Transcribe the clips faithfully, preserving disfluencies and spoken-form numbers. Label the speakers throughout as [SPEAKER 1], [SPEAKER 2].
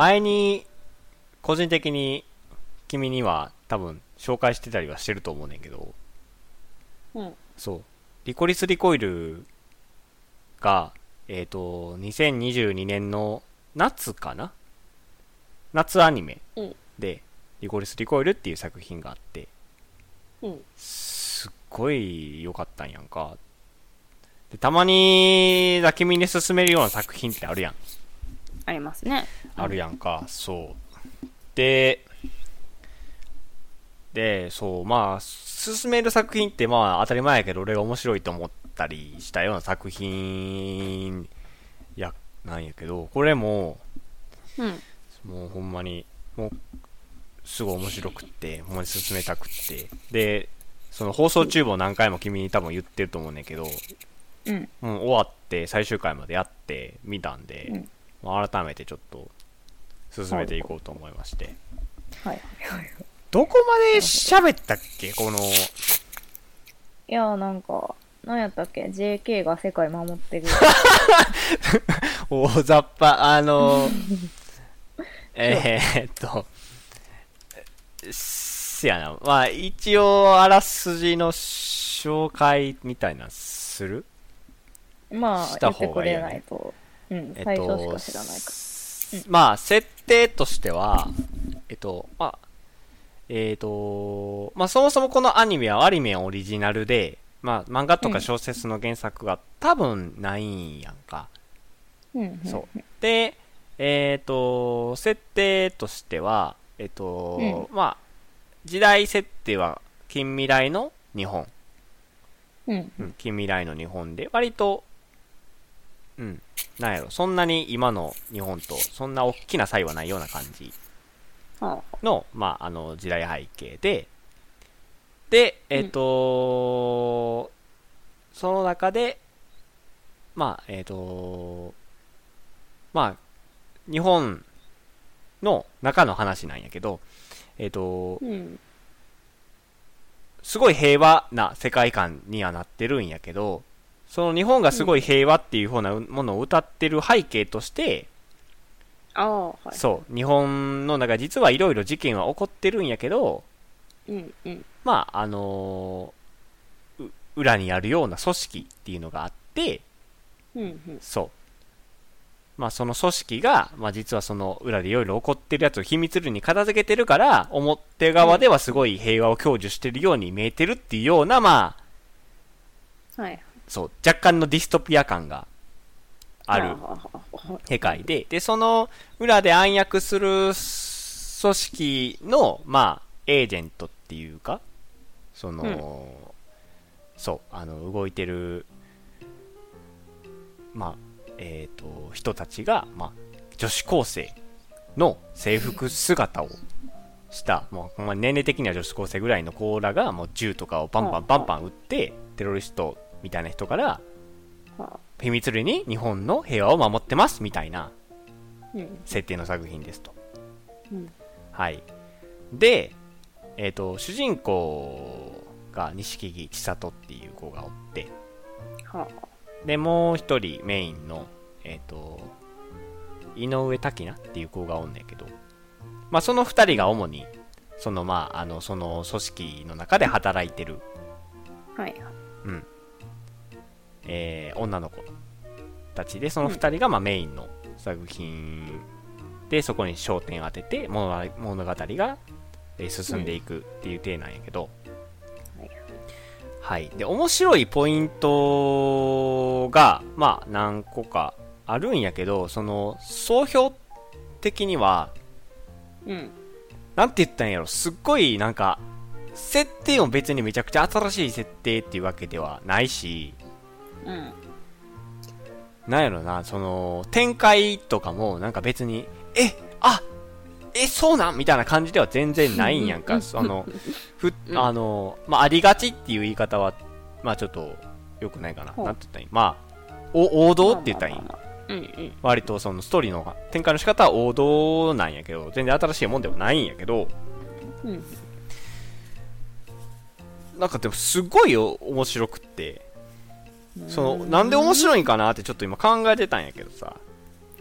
[SPEAKER 1] 前に個人的に君には多分紹介してたりはしてると思うねんけど、
[SPEAKER 2] うん、
[SPEAKER 1] そうリコリス・リコイルがえっとにせんにじゅうにねんの夏かな、夏アニメでリコリス・リコイルっていう作品があって、
[SPEAKER 2] うん、
[SPEAKER 1] すっごい良かったんやんか。でたまにだ君に勧めるような作品ってあるやん。
[SPEAKER 2] ありますね。
[SPEAKER 1] あるやんか、そうででそうまあ勧める作品ってまあ当たり前やけど俺が面白いと思ったりしたような作品やなんやけど、これも、
[SPEAKER 2] うん、
[SPEAKER 1] もうほんまにもうすごい面白くってほんまに勧めたくって、でその放送中も何回も君に多分言ってると思うねんけど、
[SPEAKER 2] うん、
[SPEAKER 1] うん、終わって最終回までやってみたんで、
[SPEAKER 2] うん、
[SPEAKER 1] まあ、改めてちょっと進めていこうと思いまして、
[SPEAKER 2] はいはいはい。
[SPEAKER 1] どこまで喋ったっけこの
[SPEAKER 2] いやーなんか、なんやったっけ ジェーケー が世界守ってる。
[SPEAKER 1] 大雑把あのえー、っとせやな、まあ一応あらすじの紹介みたいなする
[SPEAKER 2] まあ、
[SPEAKER 1] し
[SPEAKER 2] 言ってくれ
[SPEAKER 1] た方がいいよね。
[SPEAKER 2] ないと。うん、
[SPEAKER 1] えっ
[SPEAKER 2] 最初し
[SPEAKER 1] と
[SPEAKER 2] か知らないか
[SPEAKER 1] まあ設定としてはえっとまあえっとまあそもそもこのアニメはアニメオリジナルで、まあ漫画とか小説の原作が多分ないんやんか。
[SPEAKER 2] ら。うん、うん、
[SPEAKER 1] そうでえっと設定としてはえっと、
[SPEAKER 2] うん、
[SPEAKER 1] まあ時代設定は近未来の日本、
[SPEAKER 2] うん、
[SPEAKER 1] うん、近未来の日本で割とうんなんやろ、そんなに今の日本とそんな大きな差異はないような感じ
[SPEAKER 2] は
[SPEAKER 1] の、まあ、あの時代背景ででえっ、と、うん、その中でまあえっ、とまあ日本の中の話なんやけど、えっ、と、
[SPEAKER 2] うん、
[SPEAKER 1] すごい平和な世界観にはなってるんやけど、その日本がすごい平和っていう風なものを歌ってる背景として、
[SPEAKER 2] ああ、はい。
[SPEAKER 1] そう日本の中実はいろいろ事件は起こってるんやけど、
[SPEAKER 2] うん、うん、
[SPEAKER 1] まああのー裏にあるような組織っていうのがあって、
[SPEAKER 2] うん、うん、
[SPEAKER 1] そうまあその組織が、まあ実はその裏でいろいろ起こってるやつを秘密裏に片付けてるから、表側ではすごい平和を享受してるように見えてるっていうような、まあ、
[SPEAKER 2] はい。
[SPEAKER 1] そう若干のディストピア感がある世界で、でその裏で暗躍する組織のまあエージェントっていうか、その、うん、そうあの動いてるまあえーと人たちが、まあ、女子高生の制服姿をした、もうほんま年齢的には女子高生ぐらいの子らがもう銃とかをバンバンバンバン撃ってテロリストみたいな人から秘密裏に日本の平和を守ってますみたいな設定の作品ですと、うん、はいで、えーと主人公が錦木千里っていう子がおって、はあ、でもう一人メインのえっ、ー、と井上滝菜っていう子がおんねんけど、まあその二人が主にそのまああのその組織の中で働いてる、はいうんえー、女の子たちで、その二人がまあメインの作品で、そこに焦点を当てて物語が進んでいくっていう体なんやけど、うん、はい、で面白いポイントがまあ何個かあるんやけど、その総評的には、うん、なんて言ったんやろ、すっごいなんか設定も別にめちゃくちゃ新しい設定っていうわけではないし、うん、なんやろな、その展開とかもなんか別にえあえそうなんみたいな感じでは全然ないんやんか。そのふあのまあありがちっていう言い方はまあちょっと良くないかな。なんて言ったらいい、まあお王道って言ったらいい、うんうん、割とそのストーリーの展開の仕方は王道なんやけど、全然新しいもんではないんやけど、うん、なんかでもすごい面白くって、そのなんで面白いんかなってちょっと今考えてたんやけどさ、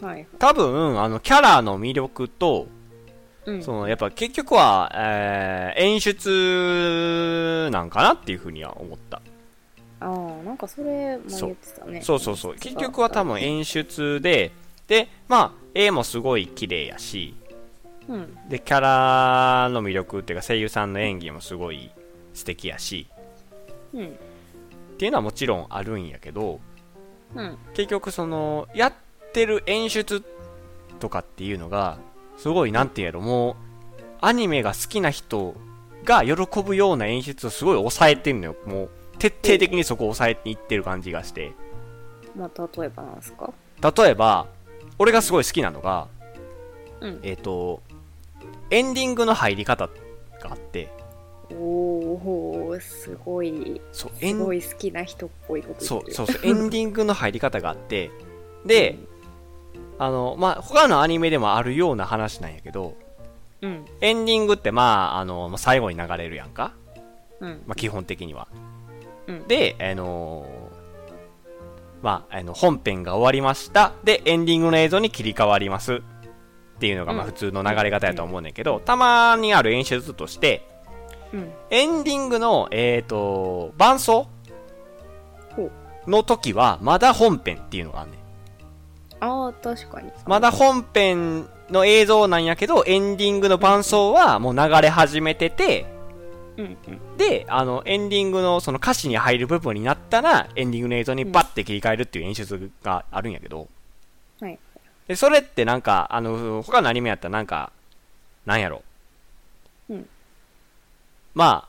[SPEAKER 2] はいはい。
[SPEAKER 1] 多分あのキャラの魅力と、
[SPEAKER 2] うん。
[SPEAKER 1] そのやっぱ結局は、えー演出なんかなっていうふうには思った。
[SPEAKER 2] ああ、なんかそれも
[SPEAKER 1] そう
[SPEAKER 2] 言ってたね。
[SPEAKER 1] そうそうそう、結局は多分演出で、でまあ絵もすごい綺麗やし、
[SPEAKER 2] うん。
[SPEAKER 1] でキャラの魅力っていうか声優さんの演技もすごい素敵やし
[SPEAKER 2] うん。
[SPEAKER 1] っていうのはもちろんあるんやけど、
[SPEAKER 2] うん。
[SPEAKER 1] 結局そのやってる演出とかっていうのがすごいなんていうやろ、もうアニメが好きな人が喜ぶような演出をすごい抑えてんのよ。もう徹底的にそこを抑えていってる感じがして、
[SPEAKER 2] まあ、例えばなんですか？
[SPEAKER 1] 例えば俺がすごい好きなのが、
[SPEAKER 2] うん。
[SPEAKER 1] えっ、とエンディングの入り方があって、
[SPEAKER 2] おお、すごい、
[SPEAKER 1] そうエン
[SPEAKER 2] すごい好きな人っぽいこと言ってる。
[SPEAKER 1] そうそうそうエンディングの入り方があって、で、あのまあ他のアニメでもあるような話なんやけど、
[SPEAKER 2] うん。
[SPEAKER 1] エンディングってまああのまあ最後に流れるやんか、
[SPEAKER 2] うん。
[SPEAKER 1] まあ基本的には。
[SPEAKER 2] うん。
[SPEAKER 1] で、あのーまあ、あの本編が終わりました。で、エンディングの映像に切り替わりますっていうのがまあ普通の流れ方やと思うねんけど、たまにある演出として、
[SPEAKER 2] うん。
[SPEAKER 1] エンディングの、えーと、伴奏
[SPEAKER 2] ほう。
[SPEAKER 1] の時は、まだ本編っていうのがあんねん。
[SPEAKER 2] ああ、確かに。
[SPEAKER 1] まだ本編の映像なんやけど、エンディングの伴奏はもう流れ始めてて、
[SPEAKER 2] うんうん。
[SPEAKER 1] で、あの、エンディングのその歌詞に入る部分になったら、エンディングの映像にバッて切り替えるっていう演出があるんやけど、
[SPEAKER 2] はい。
[SPEAKER 1] で、それってなんか、あの、他のアニメやったらなんか、なんやろ。
[SPEAKER 2] うん。
[SPEAKER 1] まあ、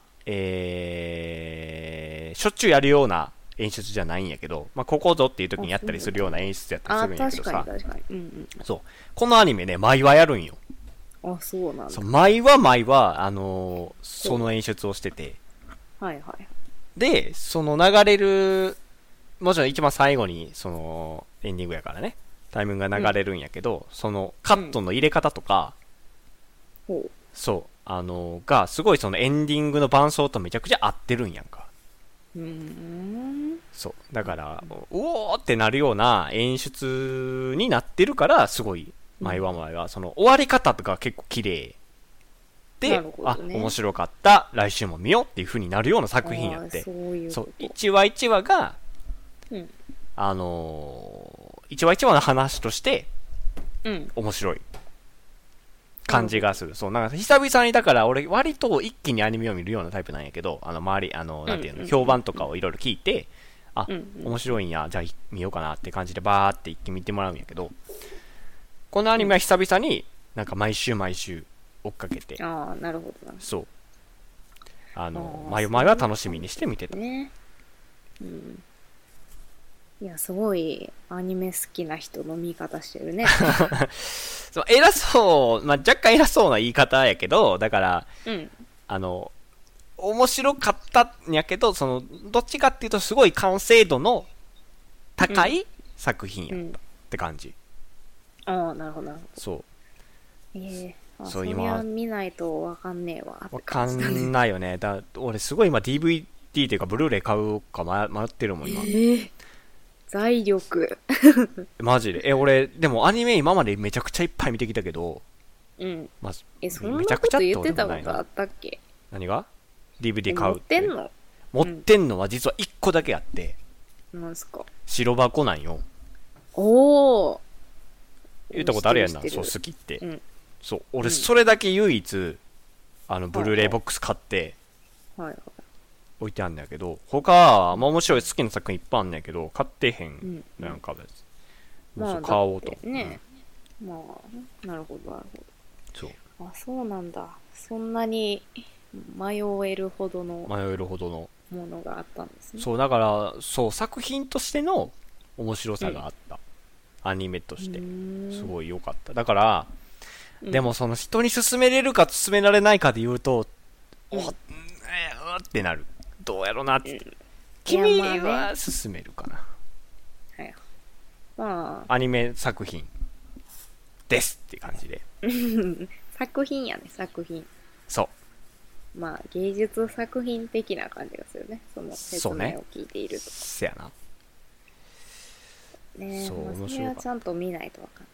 [SPEAKER 1] えー、しょっちゅうやるような演出じゃないんやけど、まあ、ここぞっていう時にやったりするような演出やったり
[SPEAKER 2] ああ、
[SPEAKER 1] するんやけど
[SPEAKER 2] 確かに
[SPEAKER 1] さ、
[SPEAKER 2] 確かに。うんうん。
[SPEAKER 1] そう。このアニメね、毎話やるんよ。
[SPEAKER 2] あ、そうなんだ。
[SPEAKER 1] そう、毎話毎話、あのーその演出をしてて、
[SPEAKER 2] はいはい。
[SPEAKER 1] で、その流れる、もちろん一番最後に、その、エンディングやからね、タイミングが流れるんやけど、その、カットの入れ方とか、
[SPEAKER 2] ほ
[SPEAKER 1] そう、あのーが、すごいそのエンディングの伴奏とめちゃくちゃ合ってるんやんか。
[SPEAKER 2] う。うーん。
[SPEAKER 1] そう。だから、うおーってなるような演出になってるから、すごい、前は前は、その、終わり方とか結構綺麗で、
[SPEAKER 2] なるほ
[SPEAKER 1] あ、
[SPEAKER 2] どね。
[SPEAKER 1] 面白かった、来週も見ようっていう風になるような作品やって。
[SPEAKER 2] あーそういうこと。
[SPEAKER 1] そう、一話一話が、
[SPEAKER 2] うん。
[SPEAKER 1] あのー、一話一話の話として
[SPEAKER 2] うん。
[SPEAKER 1] 面白い感じがする。そう、なんか久々にだから俺割と一気にアニメを見るようなタイプなんやけど、あの周り、あの、なんていうの、
[SPEAKER 2] うんうん
[SPEAKER 1] 評判とかをいろいろ聞いて、あ、
[SPEAKER 2] うんうん。
[SPEAKER 1] 面白いんや、じゃあ見ようかなって感じでバーって一気に見てもらうんやけど、このアニメは久々になんか毎週毎週追っかけて、
[SPEAKER 2] ああ、なるほどな。
[SPEAKER 1] そう、あの、
[SPEAKER 2] あー
[SPEAKER 1] 毎毎は楽しみにして見てた。
[SPEAKER 2] ね。うん。いや、すごいアニメ好きな人の見方してるね。
[SPEAKER 1] そう、偉そう、まあ、若干偉そうな言い方やけど、だから、
[SPEAKER 2] うん。
[SPEAKER 1] あの、面白かったんやけど、その、どっちかっていうとすごい完成度の高い作品やったって感じ。
[SPEAKER 2] ああ、なるほど、なるほ
[SPEAKER 1] そう。
[SPEAKER 2] ど。ええあ、
[SPEAKER 1] そ
[SPEAKER 2] そうり
[SPEAKER 1] 今
[SPEAKER 2] ゃ見ないとわかんねえわって
[SPEAKER 1] わか
[SPEAKER 2] 感じだね。
[SPEAKER 1] んないよね。だ俺すごい今 ディーブイディー っていうかブルーレイ買うか迷迷ってるもん今。
[SPEAKER 2] ええ財力。
[SPEAKER 1] マジで。え、俺、でもアニメ今までめちゃくちゃいっぱい見てきたけど、
[SPEAKER 2] うん。
[SPEAKER 1] まず、
[SPEAKER 2] え、そん
[SPEAKER 1] めちゃくちゃって
[SPEAKER 2] なこと言って
[SPEAKER 1] 俺もないな。
[SPEAKER 2] たことあったっけ？
[SPEAKER 1] 何が ?ディーブイディー
[SPEAKER 2] え持っ
[SPEAKER 1] 買うって。
[SPEAKER 2] てんの？
[SPEAKER 1] 持ってんのは実はいっこだけあって、
[SPEAKER 2] なんすか？
[SPEAKER 1] 白箱なんよ。
[SPEAKER 2] おお。
[SPEAKER 1] 言ったことあるやんな。
[SPEAKER 2] 知ってる
[SPEAKER 1] そう、好きって。
[SPEAKER 2] うん。
[SPEAKER 1] そう、俺
[SPEAKER 2] うん
[SPEAKER 1] それだけ唯一、あの、ブルーレイボックス買って、
[SPEAKER 2] はいはい。
[SPEAKER 1] 置いてあんだけど、他は、まあ面白い好きな作品いっぱいあんねんけど、買ってへ
[SPEAKER 2] うん
[SPEAKER 1] ん。なんか別に。
[SPEAKER 2] まあ、
[SPEAKER 1] そう買おうと
[SPEAKER 2] だってね。まあ、なるほど、なるほ
[SPEAKER 1] そう。
[SPEAKER 2] ど。あ、そうなんだ。そんなに迷えるほどの
[SPEAKER 1] 迷えるほどの。
[SPEAKER 2] ものがあったんですね。
[SPEAKER 1] そう、だから、そう、作品としての面白さがあった。アニメとして。す
[SPEAKER 2] い。
[SPEAKER 1] ごい良かった。だから、
[SPEAKER 2] うん
[SPEAKER 1] でもその人に勧めれるか勧められないかで言うと、
[SPEAKER 2] うん
[SPEAKER 1] おっ、えー、うってなる。どうやろなって。
[SPEAKER 2] うん
[SPEAKER 1] 君
[SPEAKER 2] いやまあね
[SPEAKER 1] は勧めるかな。
[SPEAKER 2] はいまあ、
[SPEAKER 1] アニメ作品ですって感じで。
[SPEAKER 2] 作品やね、作品。
[SPEAKER 1] そう。
[SPEAKER 2] まあ、芸術作品的な感じがするね。その説
[SPEAKER 1] そうね
[SPEAKER 2] 明を聞いていると。
[SPEAKER 1] せやな。
[SPEAKER 2] ねえ、
[SPEAKER 1] そう
[SPEAKER 2] まあ、それ
[SPEAKER 1] 面白かった
[SPEAKER 2] はちゃんと見ないとわかんない。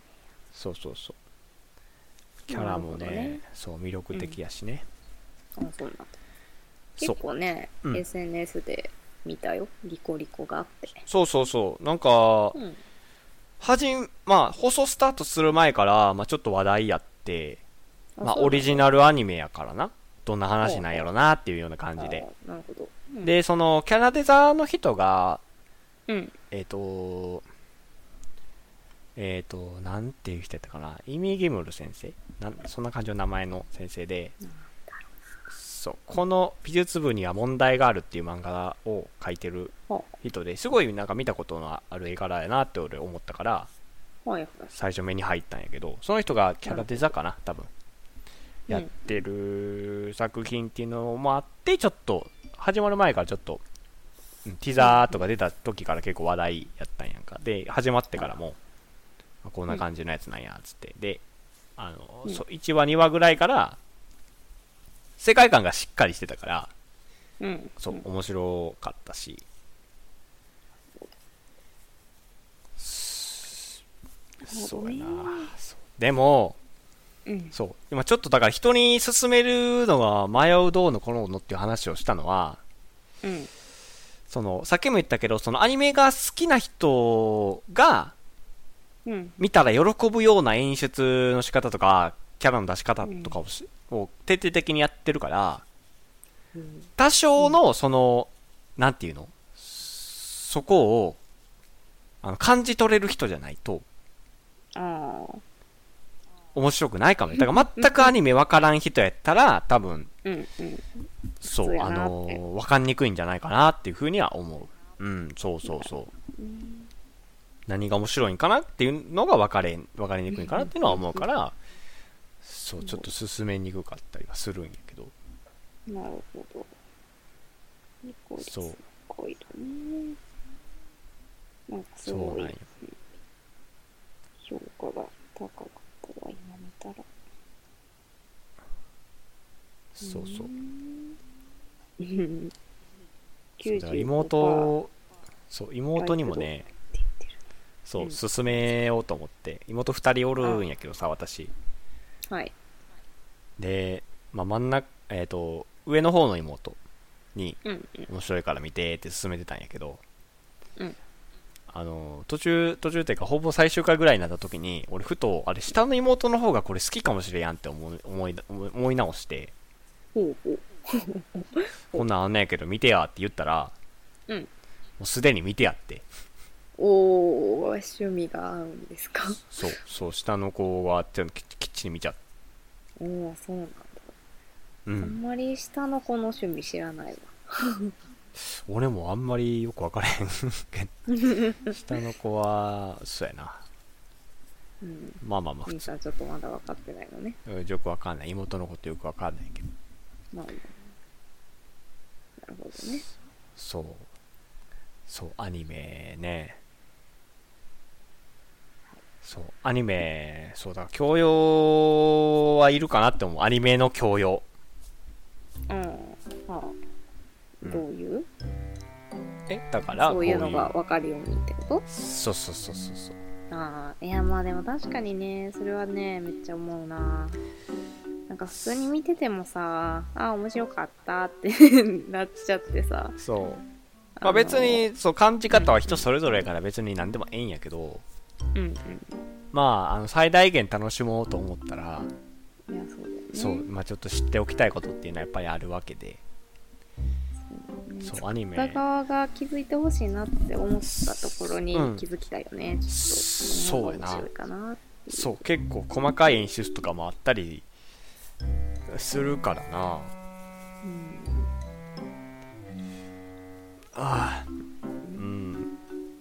[SPEAKER 1] そうそうそう。キャラも ね,
[SPEAKER 2] ね
[SPEAKER 1] そう魅力的やしね、
[SPEAKER 2] あ、そうなんだ。
[SPEAKER 1] そう
[SPEAKER 2] 結構ね、
[SPEAKER 1] うん、
[SPEAKER 2] エスエヌエス で見たよ、リコリコがあって。
[SPEAKER 1] そうそうそうなんか、
[SPEAKER 2] うん。
[SPEAKER 1] はじまあ放送スタートする前から、まあ、ちょっと話題やって、まあ、オリジナルアニメやからな、どんな話なんやろなっていうような感じで、
[SPEAKER 2] なるほど。うん、
[SPEAKER 1] でそのキャラデザの人が
[SPEAKER 2] うん。
[SPEAKER 1] えっ、ー、とえっ、ー、となんていう人やったかな、イミギムル先生なんそんな感じの名前の先生で、そうこの美術部には問題があるっていう漫画を描いてる人ですごいなんか見たことのある絵柄やなって俺思ったから
[SPEAKER 2] はいはい、
[SPEAKER 1] 最初目に入ったんやけど、その人がキャラデザかな多分やってる作品っていうのもあって、ちょっと始まる前からちょっとティザーとか出た時から結構話題やったんやんか。で始まってからもこんな感じのやつなんやつって、であの、うん、そいちわにわぐらいから世界観がしっかりしてたから、
[SPEAKER 2] うん、
[SPEAKER 1] そう面白かったし、そうやな。でも、うん、そう今ちょっとだから人に勧めるのが迷うどうのこののっていう話をしたのは、
[SPEAKER 2] うん、
[SPEAKER 1] そのさっきも言ったけど、そのアニメが好きな人が見たら喜ぶような演出の仕方とかキャラの出し方とかを、うん、を徹底的にやってるから、うん、多少のその、うん、なんていうの、そこをあの感じ取れる人じゃないと
[SPEAKER 2] あ
[SPEAKER 1] 面白くないかも。だから全くアニメ分からん人やったら多分、
[SPEAKER 2] うんうん、
[SPEAKER 1] そうあのー、分かんにくいんじゃないかなっていうふうには思う。うん、そうそうそう。何が面白いんかなっていうのが分かれん分かりにくいかなっていうのは思うから、そうちょっと進めにくかったりはするんやけど。
[SPEAKER 2] なるほど。
[SPEAKER 1] そう。す
[SPEAKER 2] ごいね。なんかすごい評価が高かったわ、今見たら。
[SPEAKER 1] そうそう。
[SPEAKER 2] そう
[SPEAKER 1] だ妹、そう妹にもね、そう、うん、進めようと思って、妹ふたりおるんやけどさ、私。
[SPEAKER 2] はい。
[SPEAKER 1] で、まあ、真ん中、えっ、ー、と、上の方の妹に、
[SPEAKER 2] うんうん、
[SPEAKER 1] 面白いから見てって勧めてたんやけど、
[SPEAKER 2] うん、
[SPEAKER 1] あの、途中、途中っていうか、ほぼ最終回ぐらいになった時に、俺ふと、あれ、下の妹の方がこれ好きかもしれやんって思い、思い、思い直して、
[SPEAKER 2] ほうほう
[SPEAKER 1] こんなんあんなんやけど見てやって言ったら、
[SPEAKER 2] うん、
[SPEAKER 1] もうすでに見てやって。
[SPEAKER 2] おー、趣味が合うんですか？
[SPEAKER 1] そうそう、下の子はきっちり見ちゃった。
[SPEAKER 2] おー、そうなんだ、
[SPEAKER 1] うん、
[SPEAKER 2] あんまり下の子の趣味知らないわ
[SPEAKER 1] 俺もあんまりよく分からへんけど下の子はそうやな、
[SPEAKER 2] うん、
[SPEAKER 1] まあまあまあ普通。
[SPEAKER 2] 兄さんちょっとまだ分かってないのね。
[SPEAKER 1] よく分かんない、妹のことよく分かんないけど、
[SPEAKER 2] まあまあ、なるほどね。
[SPEAKER 1] そうそうアニメね、そうアニメ、そうだ、教養はいるかなって思う。アニメの教養。
[SPEAKER 2] うん、はあ、どういう、うん、
[SPEAKER 1] えだから
[SPEAKER 2] そういうのが分かるようにってこと？
[SPEAKER 1] そうそうそうそうそう。
[SPEAKER 2] ああ、いやまあでも確かにね、それはねめっちゃ思うな。なんか普通に見ててもさ、あ面白かったってなっちゃってさ。
[SPEAKER 1] そう。まあ別にそう感じ方は人それぞれやから別に何でもええんやけど、
[SPEAKER 2] うんうん、
[SPEAKER 1] まああの最大限楽しもうと思ったら、
[SPEAKER 2] いやそうだよね。
[SPEAKER 1] そうまあちょっと知っておきたいことっていうのはやっぱりあるわけで。そう、アニメ
[SPEAKER 2] 片側が気づいてほしいなって思ったところに気づきたいよね、うん、ちょっと
[SPEAKER 1] そうやな。
[SPEAKER 2] 面白いかなっていう。
[SPEAKER 1] そう結構細かい演出とかもあったりするからな、うん、ああうん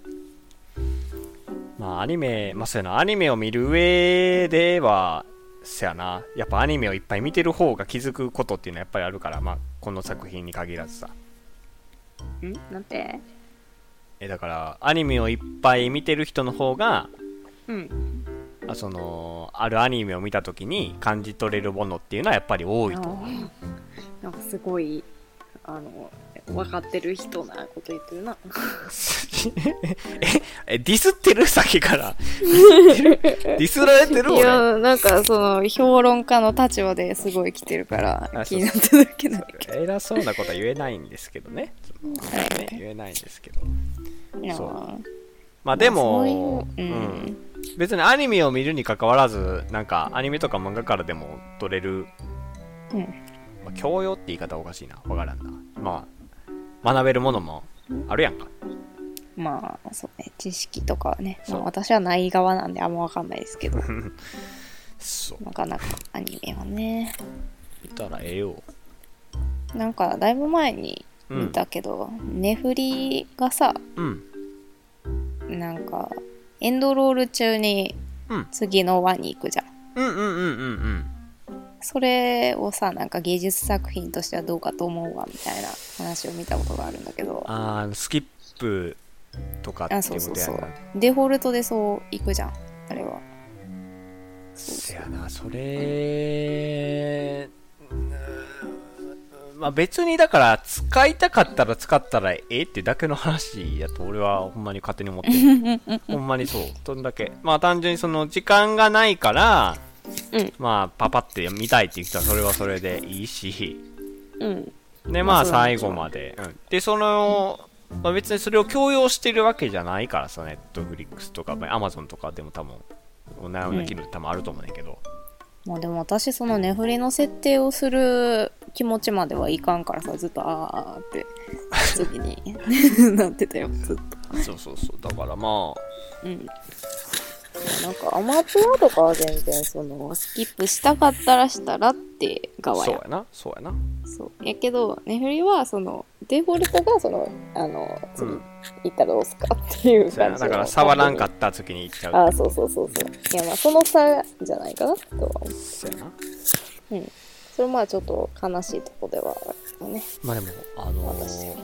[SPEAKER 1] まあアニメ、まあそうやな、アニメを見る上ではそやな、やっぱアニメをいっぱい見てる方が気づくことっていうのはやっぱりあるから、まあこの作品に限らずさ。
[SPEAKER 2] んなんて？
[SPEAKER 1] えだからアニメをいっぱい見てる人の方が、
[SPEAKER 2] うん、
[SPEAKER 1] あそのあるアニメを見た時に感じ取れるものっていうのはやっぱり多いと思う。
[SPEAKER 2] なんかすごいあの分かってる人なこと言ってるな
[SPEAKER 1] ええディスってるさっきからディスってるディスられてる
[SPEAKER 2] い
[SPEAKER 1] 俺
[SPEAKER 2] やなんかその評論家の立場ですごい来てるから気になってるだけだけど
[SPEAKER 1] 偉そうなことは言えないんですけどね、
[SPEAKER 2] はい
[SPEAKER 1] ね言えないんですけどそう
[SPEAKER 2] ま
[SPEAKER 1] まあでも、
[SPEAKER 2] そういううん
[SPEAKER 1] うん別にアニメを見るに関わらずなんかアニメとか漫画からでも取れる、
[SPEAKER 2] うん
[SPEAKER 1] まあ、教養って言い方おかしいなわからんなまあ学べるものもあるやんか
[SPEAKER 2] まあそうね知識とかはね、まあ、
[SPEAKER 1] そう
[SPEAKER 2] 私はない側なんであんま分かんないですけど
[SPEAKER 1] そう
[SPEAKER 2] なかなかアニメはね
[SPEAKER 1] 見たらええよ
[SPEAKER 2] なんかだいぶ前に見たけど、うん、ネフリがさ、
[SPEAKER 1] うん、
[SPEAKER 2] なんかエンドロール中に次の輪に行くじゃん、
[SPEAKER 1] うんうんうんうんうん
[SPEAKER 2] それをさなんか芸術作品としてはどうかと思うわみたいな話を見たことがあるんだけど
[SPEAKER 1] あースキップとかっていうことやな。
[SPEAKER 2] あそうそうそうデフォルトでそう行くじゃんあれは
[SPEAKER 1] せやなそれまあ別にだから使いたかったら使ったらええっていうだけの話やと俺はほんまに勝手に思ってるほんまにそうそんだけまあ単純にその時間がないから
[SPEAKER 2] うん、
[SPEAKER 1] まあパパって見たいっていう人はそれはそれでいいし、
[SPEAKER 2] うん、
[SPEAKER 1] でまあ最後まで、うん、でその、まあ、別にそれを強要してるわけじゃないからさネットフリックスとか、まあ、アマゾンとかでも多分同じような機能多分あると思うんだけど、
[SPEAKER 2] うん、まあでも私そのネフリの設定をする気持ちまではいかんからさずっとあーって次になってたよずっと
[SPEAKER 1] そうそうそうだからまあ
[SPEAKER 2] うんなんかアマプラとかは全然そのスキップしたかったらしたらって側や
[SPEAKER 1] そうやなそうやな
[SPEAKER 2] そうやけどネフリはそのデフォルトがそのあの次
[SPEAKER 1] うん
[SPEAKER 2] 行ったらどうすかっていう感じ
[SPEAKER 1] だから触らんかった時に行っちゃう
[SPEAKER 2] ああそうそうそうそういやまあその差じゃないかなとは思う
[SPEAKER 1] そうやな
[SPEAKER 2] うんそれまあちょっと悲しいとこではあるけどね
[SPEAKER 1] まあでもあの
[SPEAKER 2] 私
[SPEAKER 1] ー、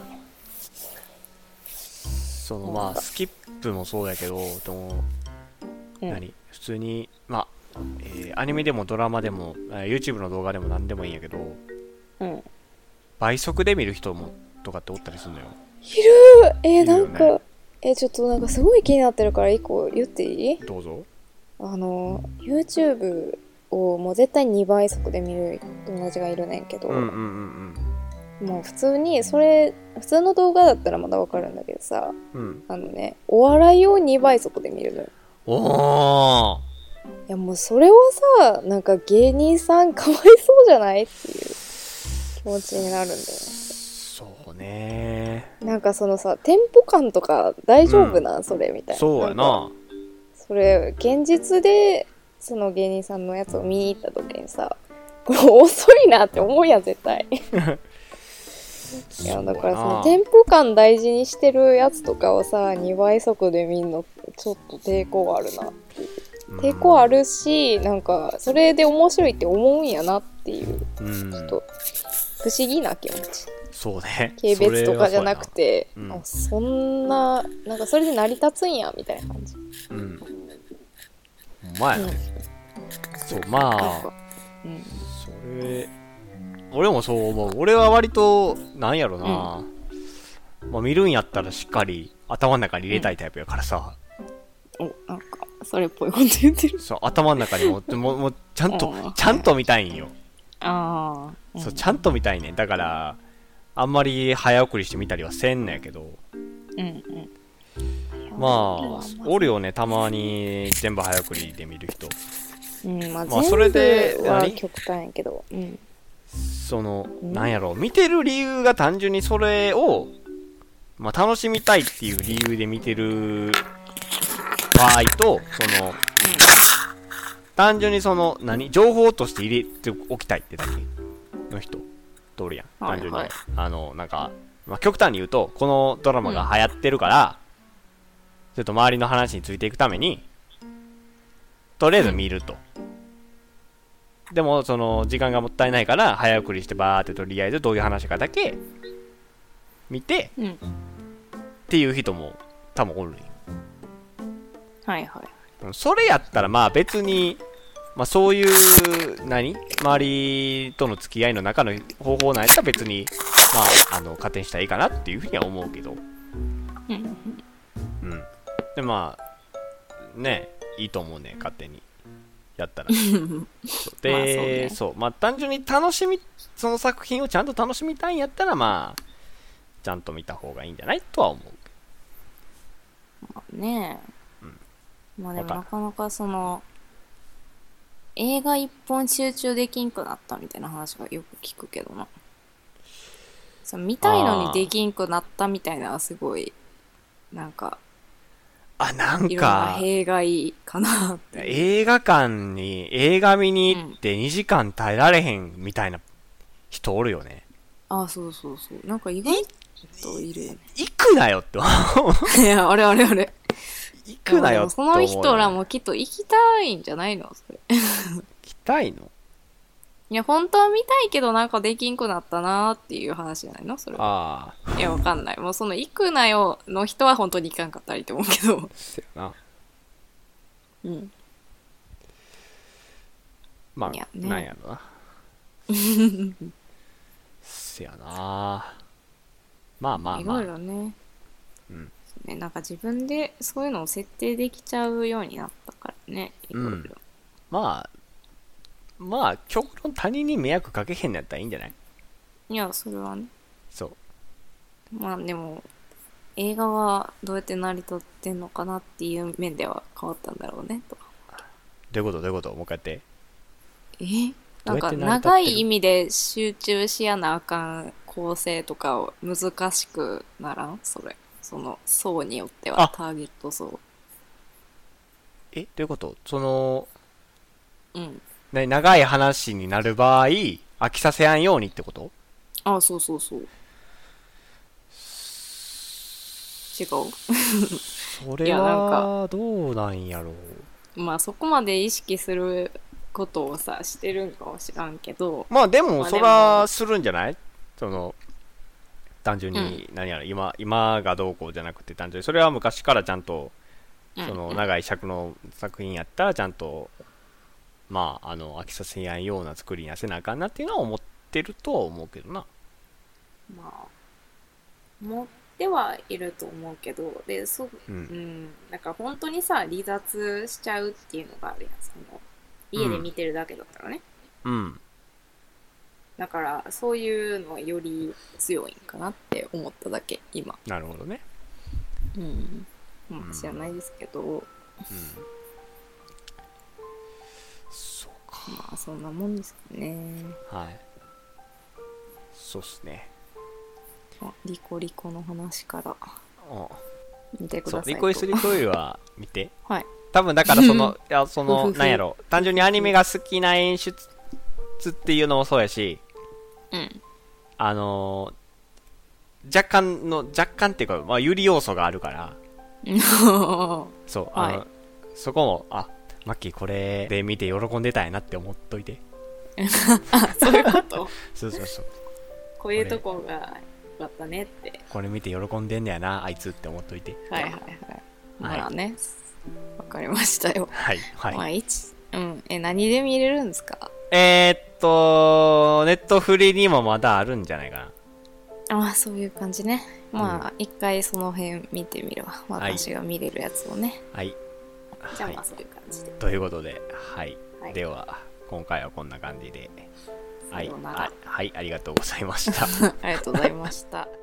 [SPEAKER 1] そのまあスキップもそうやけどでも
[SPEAKER 2] うん
[SPEAKER 1] 何普通にまあ、えーアニメでもドラマでも、えー YouTube の動画でも何でもいいんやけど
[SPEAKER 2] うん
[SPEAKER 1] 倍速で見る人もとかっておったりするのよ
[SPEAKER 2] いるえー、
[SPEAKER 1] いるよね
[SPEAKER 2] なんかえー、ちょっとなんかすごい気になってるから一個言っていい
[SPEAKER 1] どうぞ
[SPEAKER 2] あの YouTube をもう絶対にばい速で見る友達がいるねんけど、
[SPEAKER 1] うんうんうん
[SPEAKER 2] もう普通にそれ普通の動画だったらまだわかるんだけどさ
[SPEAKER 1] うんうん
[SPEAKER 2] あのねお笑いをにばい速で見るのよ
[SPEAKER 1] おー
[SPEAKER 2] いやもうそれはさなんか芸人さんかわいそうじゃないっていう気持ちになるんだよね
[SPEAKER 1] そうね
[SPEAKER 2] なんかそのさテンポ感とか大丈夫なん、うん、それみたいな
[SPEAKER 1] そうやな
[SPEAKER 2] なんかそれ現実でその芸人さんのやつを見に行った時にさこれ遅いなって思うやん絶対いやだからそのテンポ感大事にしてるやつとかをさにばい速で見んのちょっと抵抗あるなっていう抵抗あるしなんかそれで面白いって思うんやなっていう
[SPEAKER 1] うん
[SPEAKER 2] ちょっと不思議な気持ち
[SPEAKER 1] そうね
[SPEAKER 2] 軽蔑とかじゃなくて
[SPEAKER 1] そ,、うん、
[SPEAKER 2] あそんななんかそれで成り立つんやみたいな感じ
[SPEAKER 1] うんまあ、うん、そうまあ、うん、それ俺もそう思う俺は割となんやろな、うんまあ、見るんやったらしっかり頭の中に入れたいタイプやからさ、
[SPEAKER 2] うん、おなんかそれっぽいこと言ってる
[SPEAKER 1] そう頭の中にもももちゃんとちゃんと見たいんよ
[SPEAKER 2] ああ、うん、
[SPEAKER 1] そうちゃんと見たいねんだからあんまり早送りして見たりはせんねんけど
[SPEAKER 2] うんうん
[SPEAKER 1] まあおるよねたまに全部早送りで見る人
[SPEAKER 2] うんまあ、
[SPEAKER 1] まあそれで
[SPEAKER 2] 全部は極端やけど、うん、
[SPEAKER 1] その、うん、なんやろ見てる理由が単純にそれを、まあ、楽しみたいっていう理由で見てる場合とその、うん、単純にその何情報として入れておきたいってだけの人通るやん単純に、はいはい、あのなんか、まあ、極端に言うとこのドラマが流行ってるから、うん、ちょっと周りの話についていくためにとりあえず見ると、うん、でもその時間がもったいないから早送りしてバーってとりあえずどういう話かだけ見て、うん、っていう人も多分おるんよ
[SPEAKER 2] はいはい
[SPEAKER 1] それやったらまあ別にまあそういう何周りとの付き合いの中の方法なんやったら別にああの勝手にしたらいいかなっていうふうには思うけど、
[SPEAKER 2] うん
[SPEAKER 1] うんでまあねいいと思うね勝手にやったらそうで、
[SPEAKER 2] まあそうね
[SPEAKER 1] そうまあ単純に楽しみその作品をちゃんと楽しみたいんやったらまあちゃんと見た方がいいんじゃないとは思う。
[SPEAKER 2] まあねえ、
[SPEAKER 1] うん
[SPEAKER 2] まあでも
[SPEAKER 1] わかる
[SPEAKER 2] なかなかその映画一本集中できんくなったみたいな話はよく聞くけどな。そう見たいのにできんくなったみたいなのはすごいなんか
[SPEAKER 1] あなん
[SPEAKER 2] いろんな
[SPEAKER 1] か
[SPEAKER 2] 弊害かなっていう。
[SPEAKER 1] 映画館に映画見に行ってにじかん耐えられへんみたいな人おるよね。
[SPEAKER 2] あ、そうそうそう。なんか意外といるよね。
[SPEAKER 1] 行くなよって思う。
[SPEAKER 2] いや、あれあれあれ。
[SPEAKER 1] 行くなよって思うよね。
[SPEAKER 2] その人らもきっと行きたいんじゃないのそれ。
[SPEAKER 1] 行きたいの？
[SPEAKER 2] いや、本当は見たいけどなんかできんくなったなーっていう話じゃないのそれは。
[SPEAKER 1] ああ。
[SPEAKER 2] いや、わかんない。もうその行くなよの人は本当に行かんかったらいいと思うけど。
[SPEAKER 1] そやな。
[SPEAKER 2] うん。
[SPEAKER 1] まあ、
[SPEAKER 2] いやね
[SPEAKER 1] なんやろな。せやな。まあまあ
[SPEAKER 2] い
[SPEAKER 1] まあ。
[SPEAKER 2] ろいろね。
[SPEAKER 1] うん。
[SPEAKER 2] ね、なんか自分でそういうのを設定できちゃうようになったからね。いろいろ。
[SPEAKER 1] うんまあ、まあ、極論他人に迷惑かけへんのやったらいいんじゃない？
[SPEAKER 2] いや、それはね。
[SPEAKER 1] そう。
[SPEAKER 2] まあでも、映画はどうやって成り立ってんのかなっていう面では変わったんだろうね、と。
[SPEAKER 1] どういうことどういうこともう一回やって。
[SPEAKER 2] えなんか
[SPEAKER 1] どうやって成り立ってる
[SPEAKER 2] 長い意味で集中しやなあかん構成とかを難しくならんそれ。その層によっては
[SPEAKER 1] あ
[SPEAKER 2] ターゲット層。
[SPEAKER 1] えどういうことその、
[SPEAKER 2] うん。
[SPEAKER 1] ね、長い話になる場合、飽きさせやんようにってこと？
[SPEAKER 2] あ、そうそうそう。違う
[SPEAKER 1] それ
[SPEAKER 2] いやなん
[SPEAKER 1] は、どうなんやろう。
[SPEAKER 2] まあそこまで意識することをさ、してるんかもしらんけど、
[SPEAKER 1] まあでも、
[SPEAKER 2] まあ
[SPEAKER 1] そら、するんじゃないその、単純に、何やろ、今、今がどうこうじゃなくて、単純に、それは昔からちゃんと、
[SPEAKER 2] うん
[SPEAKER 1] その、長い尺の作品やったら、ちゃんと、まあ、あの、飽きさせやんような作りにはせなあかんなっていうのは思ってるとは思うけどな。
[SPEAKER 2] まあ、持ってはいると思うけど、で、そ、
[SPEAKER 1] う。
[SPEAKER 2] うんん、だから本当にさ、離脱しちゃうっていうのがあるやん、その、家で見てるだけだったらね。
[SPEAKER 1] うん。
[SPEAKER 2] だから、そういうのはより強いんかなって思っただけ、今。
[SPEAKER 1] なるほどね。
[SPEAKER 2] うん。まあ、知らないですけど、
[SPEAKER 1] うん。そうか。
[SPEAKER 2] まあ、そんなもんですかね。
[SPEAKER 1] はい。そうっすね。
[SPEAKER 2] あリコリコの話から
[SPEAKER 1] うん。
[SPEAKER 2] 見てく
[SPEAKER 1] そう、
[SPEAKER 2] ださいと。
[SPEAKER 1] リコイスリコイルは見て。
[SPEAKER 2] はい。
[SPEAKER 1] 多分だからその、いや、その、
[SPEAKER 2] ふふふ
[SPEAKER 1] なんやろ、単純にアニメが好きな演出っていうのもそうやし、
[SPEAKER 2] うん。
[SPEAKER 1] あのー若干の、若干っていうか、まあ、有利要素があるから、そう、あの、
[SPEAKER 2] はい
[SPEAKER 1] そこも、あ、マッキーこれで見て喜んでたんやなって思っといて。
[SPEAKER 2] あ、そういうこと
[SPEAKER 1] そうそうそう。
[SPEAKER 2] こういうとこがよかったねって。
[SPEAKER 1] これ見て喜んでんねやな、あいつって思っといて。
[SPEAKER 2] はいはいはい。まあね、わかりましたよ。
[SPEAKER 1] はい、はい。
[SPEAKER 2] まあ、一、うん。え、何で見れるんですか？
[SPEAKER 1] えー、っと、ネットフリにもまだあるんじゃないかな。
[SPEAKER 2] ああ、そういう感じね。まあ、一回その辺見てみるわ。
[SPEAKER 1] はい
[SPEAKER 2] 私が見れるやつをね。
[SPEAKER 1] はい。はい
[SPEAKER 2] じゃあまあ、そういう感じで。
[SPEAKER 1] ということで、はい。
[SPEAKER 2] はい
[SPEAKER 1] では、今回はこんな感じで。はい
[SPEAKER 2] さようなら
[SPEAKER 1] あはい、ありがとうございました。
[SPEAKER 2] ありがとうございました。